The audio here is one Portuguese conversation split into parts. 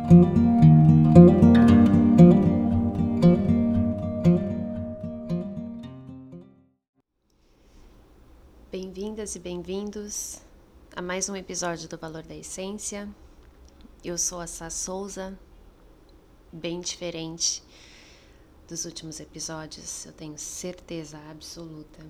Bem-vindas e bem-vindos a mais um episódio do Valor da Essência. Eu sou a Sá Souza, bem diferente dos últimos episódios, eu tenho certeza absoluta.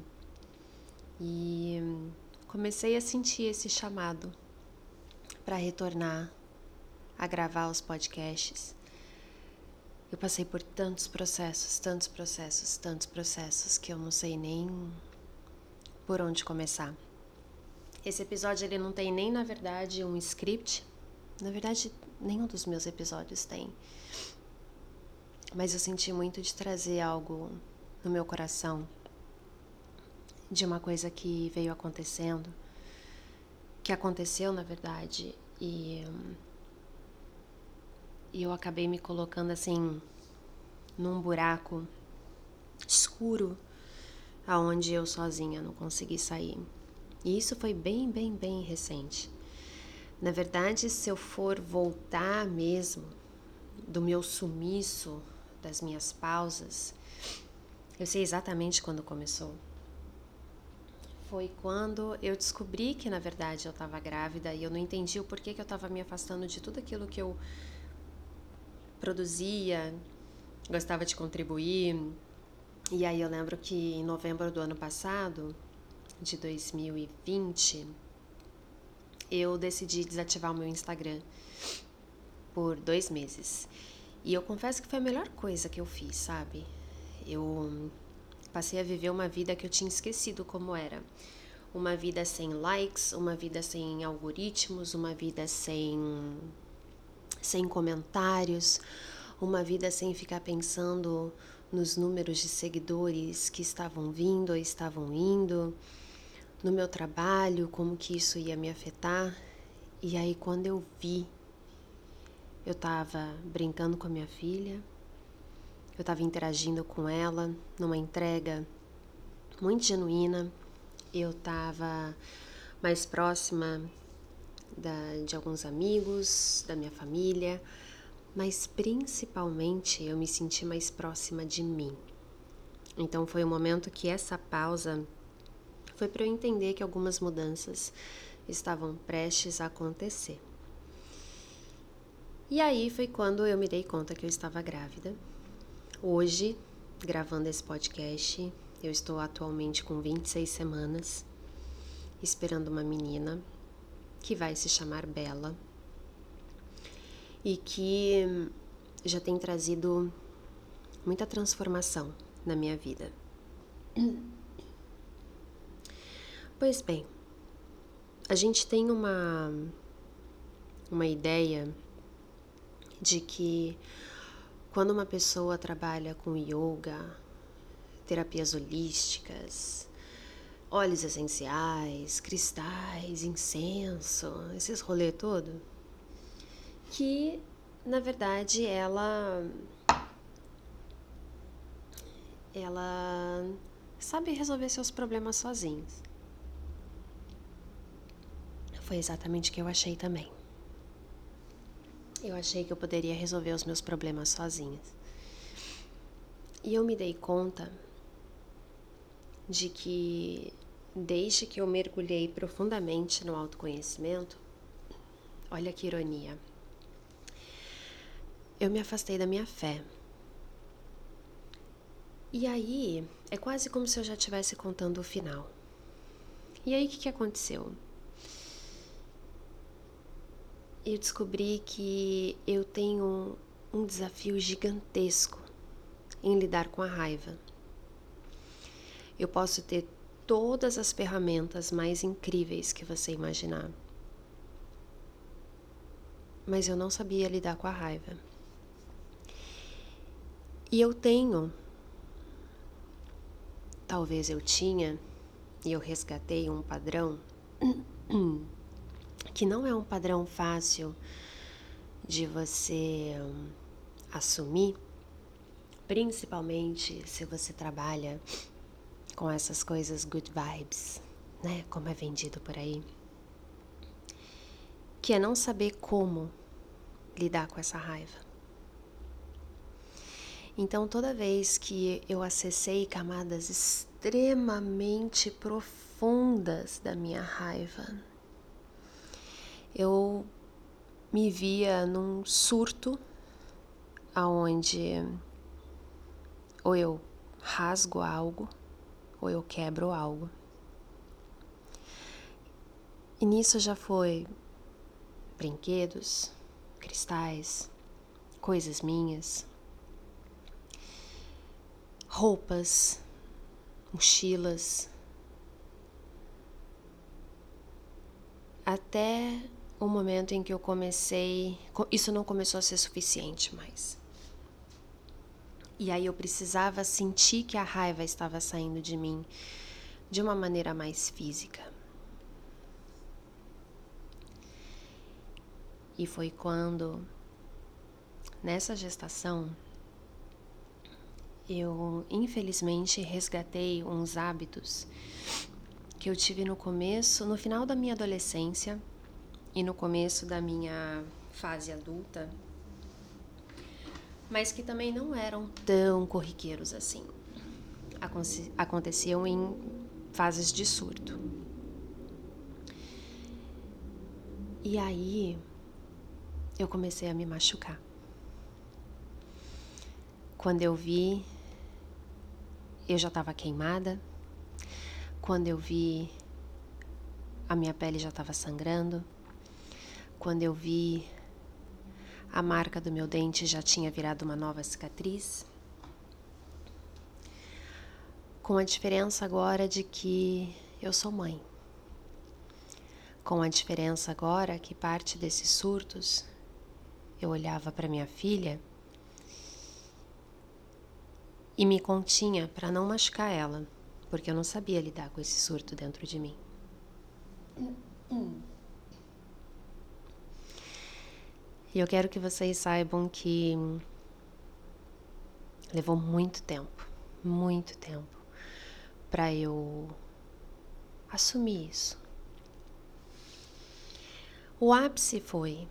E comecei a sentir esse chamado para retornar a gravar os podcasts. Eu passei por tantos processos que eu não sei nem por onde começar. Esse episódio ele não tem nem, na verdade, um script. Na verdade, nenhum dos meus episódios tem. Mas eu senti muito de trazer algo no meu coração, de uma coisa que veio acontecendo, que aconteceu, na verdade, e eu acabei me colocando assim num buraco escuro aonde eu sozinha não consegui sair. E isso foi bem recente. Na verdade, se eu for voltar mesmo do meu sumiço, das minhas pausas, eu sei exatamente quando começou. Foi quando eu descobri que, na verdade, eu estava grávida e eu não entendi o porquê que eu estava me afastando de tudo aquilo que eu produzia, gostava de contribuir. E aí eu lembro que em novembro do ano passado, de 2020, eu decidi desativar o meu Instagram por 2 meses. E eu confesso que foi a melhor coisa que eu fiz, sabe? Eu passei a viver uma vida que eu tinha esquecido como era. Uma vida sem likes, uma vida sem algoritmos, uma vida sem comentários, uma vida sem ficar pensando nos números de seguidores que estavam vindo ou estavam indo, no meu trabalho, como que isso ia me afetar. E aí quando eu vi, eu estava brincando com a minha filha, eu estava interagindo com ela numa entrega muito genuína, eu estava mais próxima de alguns amigos, da minha família, mas principalmente eu me senti mais próxima de mim. Então foi um momento que essa pausa foi para eu entender que algumas mudanças estavam prestes a acontecer. E aí foi quando eu me dei conta que eu estava grávida. Hoje, gravando esse podcast, eu estou atualmente com 26 semanas, esperando uma menina que vai se chamar Bela e que já tem trazido muita transformação na minha vida. Pois bem, a gente tem uma ideia de que quando uma pessoa trabalha com yoga, terapias holísticas, óleos essenciais, cristais, incenso, esses rolê todo, que na verdade ela sabe resolver seus problemas sozinhos. Foi exatamente o que eu achei também. Eu achei que eu poderia resolver os meus problemas sozinha. E eu me dei conta de que desde que eu mergulhei profundamente no autoconhecimento, olha que ironia, eu me afastei da minha fé. E aí, é quase como se eu já estivesse contando o final. E aí, o que aconteceu? Eu descobri que eu tenho um desafio gigantesco em lidar com a raiva. Eu posso ter todas as ferramentas mais incríveis que você imaginar, mas eu não sabia lidar com a raiva. E eu tenho, talvez eu tinha, e eu resgatei um padrão que não é um padrão fácil de você assumir, principalmente se você trabalha com essas coisas good vibes, né, como é vendido por aí, que é não saber como lidar com essa raiva. Então, toda vez que eu acessei camadas extremamente profundas da minha raiva, eu me via num surto aonde ou eu rasgo algo ou eu quebro algo. E nisso já foi brinquedos, cristais, coisas minhas, roupas, mochilas, até o momento em que eu comecei, isso não começou a ser suficiente mais. E aí eu precisava sentir que a raiva estava saindo de mim de uma maneira mais física. E foi quando, nessa gestação, eu infelizmente resgatei uns hábitos que eu tive no começo, no final da minha adolescência e no começo da minha fase adulta, mas que também não eram tão corriqueiros assim. Aconteciam em fases de surto. E aí eu comecei a me machucar. Quando eu vi, eu já estava queimada. Quando eu vi, a minha pele já estava sangrando. Quando eu vi, a marca do meu dente já tinha virado uma nova cicatriz. Com a diferença agora de que eu sou mãe. Com a diferença agora que parte desses surtos, eu olhava para minha filha e me continha para não machucar ela, porque eu não sabia lidar com esse surto dentro de mim. E eu quero que vocês saibam que levou muito tempo para eu assumir isso. O ápice foi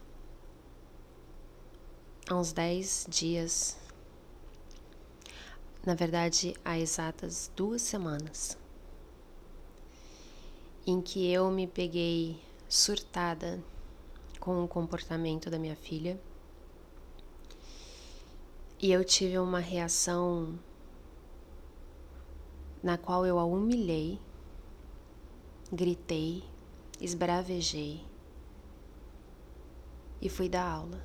há uns 10 dias, na verdade, há exatas 2 semanas, em que eu me peguei surtada com o comportamento da minha filha e eu tive uma reação na qual eu a humilhei, gritei, esbravejei e fui dar aula.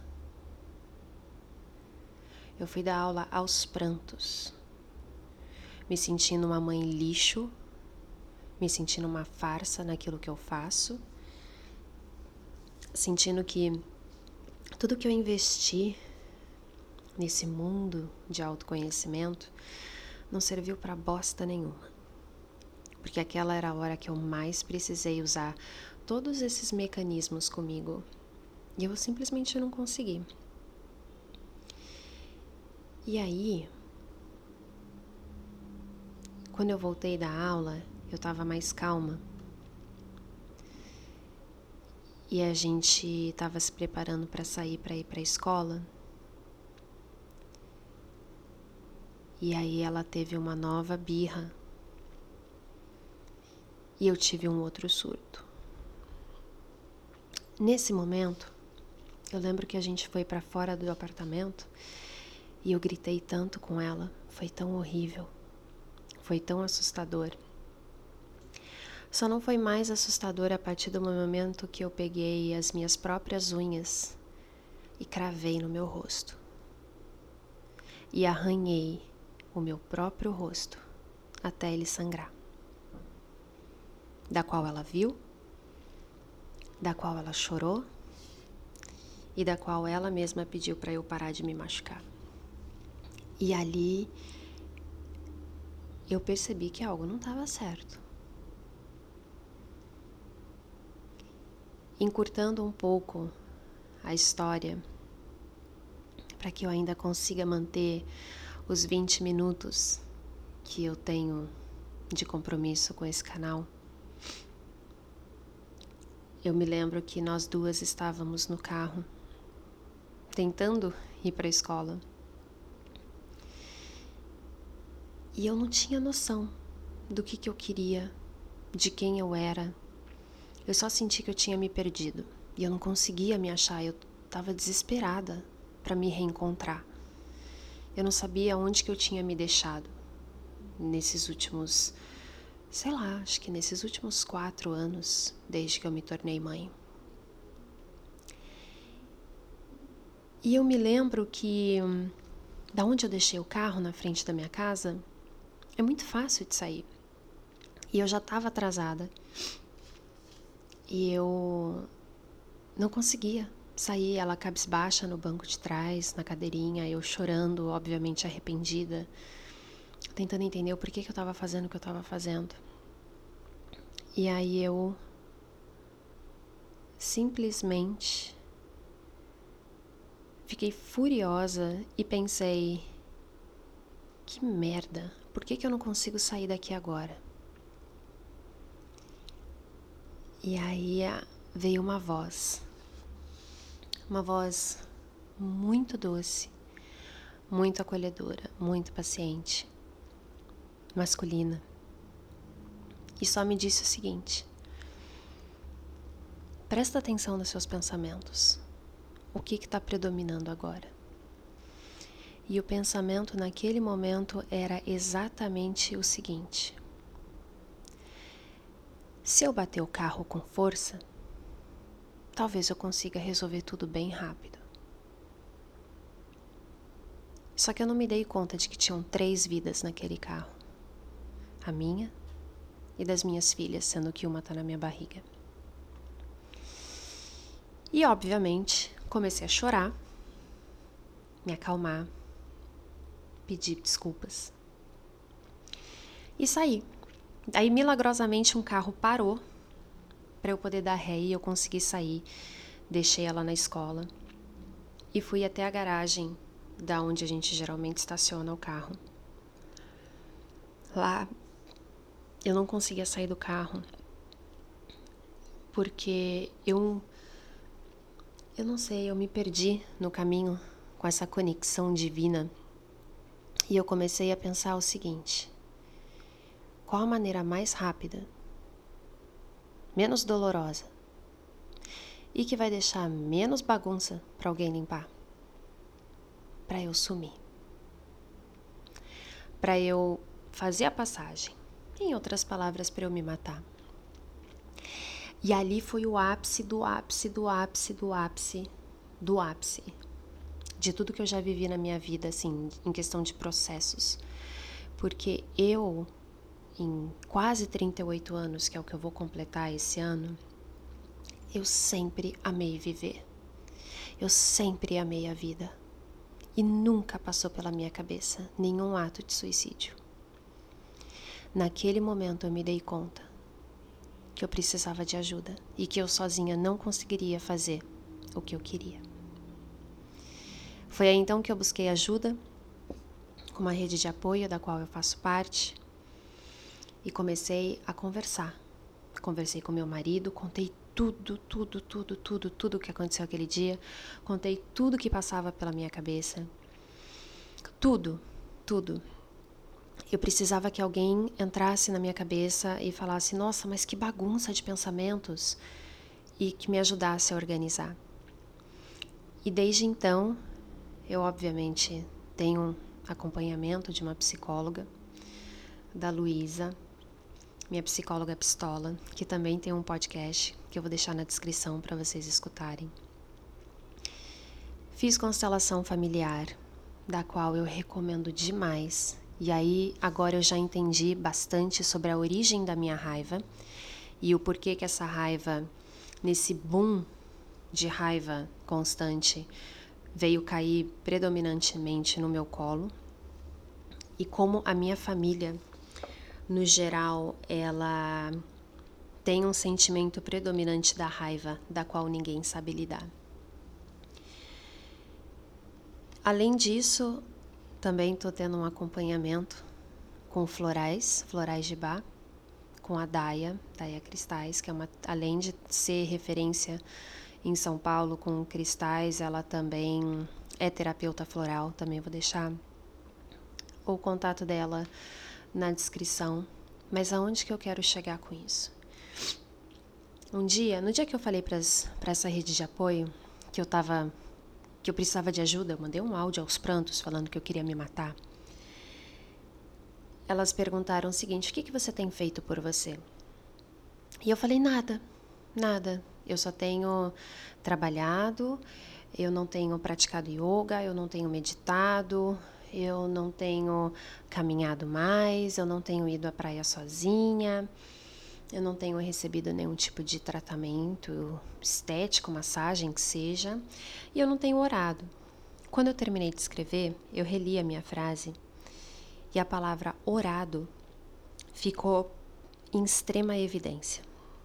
Eu fui dar aula aos prantos, me sentindo uma mãe lixo, me sentindo uma farsa naquilo que eu faço, sentindo que tudo que eu investi nesse mundo de autoconhecimento não serviu pra bosta nenhuma. Porque aquela era a hora que eu mais precisei usar todos esses mecanismos comigo. E eu simplesmente não consegui. E aí, quando eu voltei da aula, eu tava mais calma. E a gente tava se preparando pra sair pra ir pra escola. E aí ela teve uma nova birra. E eu tive um outro surto. Nesse momento, eu lembro que a gente foi pra fora do apartamento e eu gritei tanto com ela. Foi tão horrível. Foi tão assustador. Só não foi mais assustador a partir do momento que eu peguei as minhas próprias unhas e cravei no meu rosto. E arranhei o meu próprio rosto até ele sangrar. Da qual ela viu, da qual ela chorou e da qual ela mesma pediu para eu parar de me machucar. E ali eu percebi que algo não estava certo. Encurtando um pouco a história, para que eu ainda consiga manter os 20 minutos que eu tenho de compromisso com esse canal, eu me lembro que nós duas estávamos no carro tentando ir para a escola. E eu não tinha noção do que eu queria, de quem eu era. Eu só senti que eu tinha me perdido e eu não conseguia me achar. Eu estava desesperada para me reencontrar. Eu não sabia onde que eu tinha me deixado nesses últimos, acho que nesses últimos 4 anos, desde que eu me tornei mãe. E eu me lembro que, da onde eu deixei o carro na frente da minha casa, é muito fácil de sair. E eu já estava atrasada. E eu não conseguia sair, ela cabisbaixa no banco de trás, na cadeirinha, eu chorando, obviamente arrependida, tentando entender o porquê que eu estava fazendo o que eu estava fazendo. E aí eu simplesmente fiquei furiosa e pensei, que merda, por que eu não consigo sair daqui agora? E aí veio uma voz muito doce, muito acolhedora, muito paciente, masculina. E só me disse o seguinte: presta atenção nos seus pensamentos. O que está predominando agora? E o pensamento naquele momento era exatamente o seguinte: se eu bater o carro com força, talvez eu consiga resolver tudo bem rápido. Só que eu não me dei conta de que tinham 3 vidas naquele carro. A minha e das minhas filhas, sendo que uma está na minha barriga. E, obviamente, comecei a chorar, me acalmar, pedir desculpas e saí. Aí, milagrosamente, um carro parou para eu poder dar ré e eu consegui sair. Deixei ela na escola e fui até a garagem da onde a gente geralmente estaciona o carro. Lá, eu não conseguia sair do carro porque eu não sei, eu me perdi no caminho com essa conexão divina e eu comecei a pensar o seguinte: qual a maneira mais rápida, menos dolorosa e que vai deixar menos bagunça para alguém limpar? Para eu sumir, para eu fazer a passagem, em outras palavras, para eu me matar. E ali foi o ápice do ápice do ápice do ápice do ápice de tudo que eu já vivi na minha vida, assim, em questão de processos. Porque eu, em quase 38 anos, que é o que eu vou completar esse ano, eu sempre amei viver. Eu sempre amei a vida. E nunca passou pela minha cabeça nenhum ato de suicídio. Naquele momento eu me dei conta que eu precisava de ajuda e que eu sozinha não conseguiria fazer o que eu queria. Foi aí então que eu busquei ajuda com uma rede de apoio da qual eu faço parte e comecei a conversar. Conversei com meu marido, contei tudo o que aconteceu aquele dia, contei tudo que passava pela minha cabeça, tudo. Eu precisava que alguém entrasse na minha cabeça e falasse: nossa, mas que bagunça de pensamentos, e que me ajudasse a organizar. E desde então, eu obviamente tenho acompanhamento de uma psicóloga, da Luísa, minha psicóloga pistola, que também tem um podcast que eu vou deixar na descrição para vocês escutarem. Fiz constelação familiar, da qual eu recomendo demais. E aí, agora eu já entendi bastante sobre a origem da minha raiva e o porquê que essa raiva, nesse boom de raiva constante, veio cair predominantemente no meu colo. E como a minha família, no geral, ela tem um sentimento predominante da raiva, da qual ninguém sabe lidar. Além disso, também estou tendo um acompanhamento com florais de Bach, com a Daya Cristais, que é além de ser referência em São Paulo com cristais. Ela também é terapeuta floral, também vou deixar o contato dela na descrição. Mas aonde que eu quero chegar com isso? No dia que eu falei para essa rede de apoio que eu precisava de ajuda, eu mandei um áudio aos prantos falando que eu queria me matar. Elas perguntaram o seguinte: o que você tem feito por você? E eu falei: nada. Eu só tenho trabalhado, eu não tenho praticado yoga, eu não tenho meditado, eu não tenho caminhado mais, eu não tenho ido à praia sozinha, eu não tenho recebido nenhum tipo de tratamento estético, massagem que seja, e eu não tenho orado. Quando eu terminei de escrever, eu reli a minha frase e a palavra orado ficou em extrema evidência.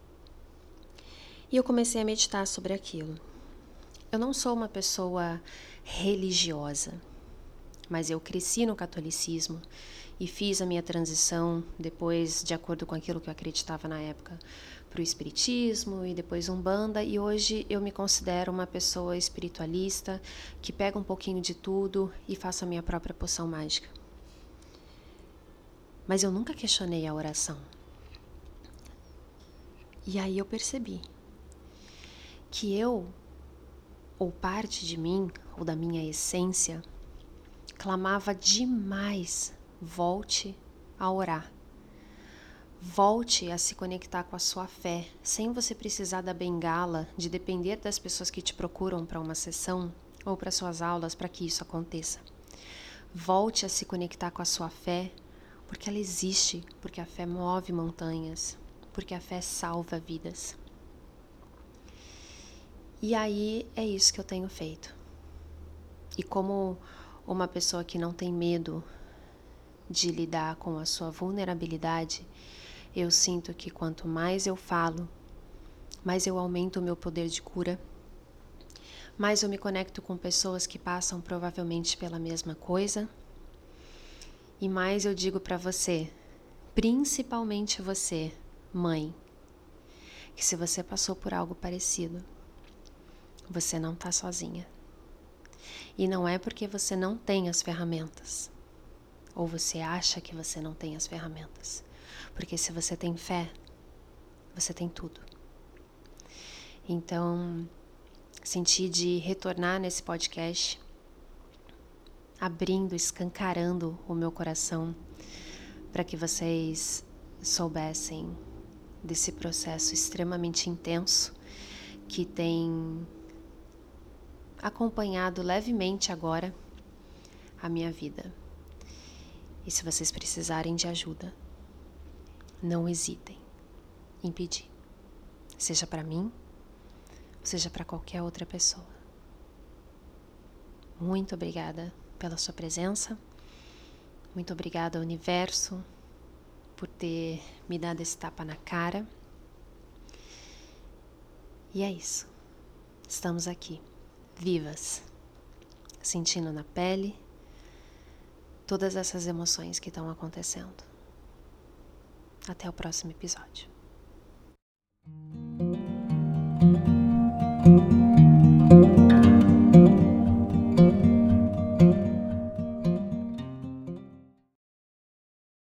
E eu comecei a meditar sobre aquilo. Eu não sou uma pessoa religiosa, mas eu cresci no catolicismo e fiz a minha transição depois, de acordo com aquilo que eu acreditava na época, para o espiritismo e depois Umbanda, e hoje eu me considero uma pessoa espiritualista que pega um pouquinho de tudo e faço a minha própria poção mágica. Mas eu nunca questionei a oração. E aí eu percebi que eu, ou parte de mim, ou da minha essência, clamava demais: volte a orar. Volte a se conectar com a sua fé, sem você precisar da bengala, de depender das pessoas que te procuram para uma sessão ou para suas aulas para que isso aconteça. Volte a se conectar com a sua fé, porque ela existe, porque a fé move montanhas, porque a fé salva vidas. E aí é isso que eu tenho feito. E como uma pessoa que não tem medo de lidar com a sua vulnerabilidade, eu sinto que quanto mais eu falo, mais eu aumento o meu poder de cura, mais eu me conecto com pessoas que passam provavelmente pela mesma coisa, e mais eu digo para você, principalmente você, mãe, que se você passou por algo parecido, você não está sozinha. E não é porque você não tem as ferramentas, ou você acha que você não tem as ferramentas. Porque se você tem fé, você tem tudo. Então, senti de retornar nesse podcast, abrindo, escancarando o meu coração, para que vocês soubessem desse processo extremamente intenso que tem acompanhado levemente agora a minha vida. E se vocês precisarem de ajuda, não hesitem em pedir, seja para mim, seja para qualquer outra pessoa. Muito obrigada pela sua presença, muito obrigada ao universo por ter me dado esse tapa na cara. E é isso, estamos aqui, vivas, sentindo na pele todas essas emoções que estão acontecendo. Até o próximo episódio.